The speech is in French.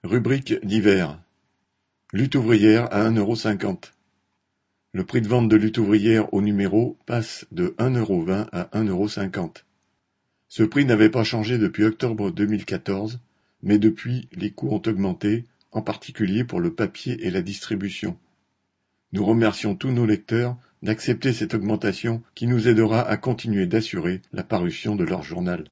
Rubrique divers. Lutte ouvrière à 1,50 €. Le prix de vente de Lutte ouvrière au numéro passe de 1,20 € à 1,50 €. Ce prix n'avait pas changé depuis octobre 2014, mais depuis, les coûts ont augmenté, en particulier pour le papier et la distribution. Nous remercions tous nos lecteurs d'accepter cette augmentation qui nous aidera à continuer d'assurer la parution de leur journal.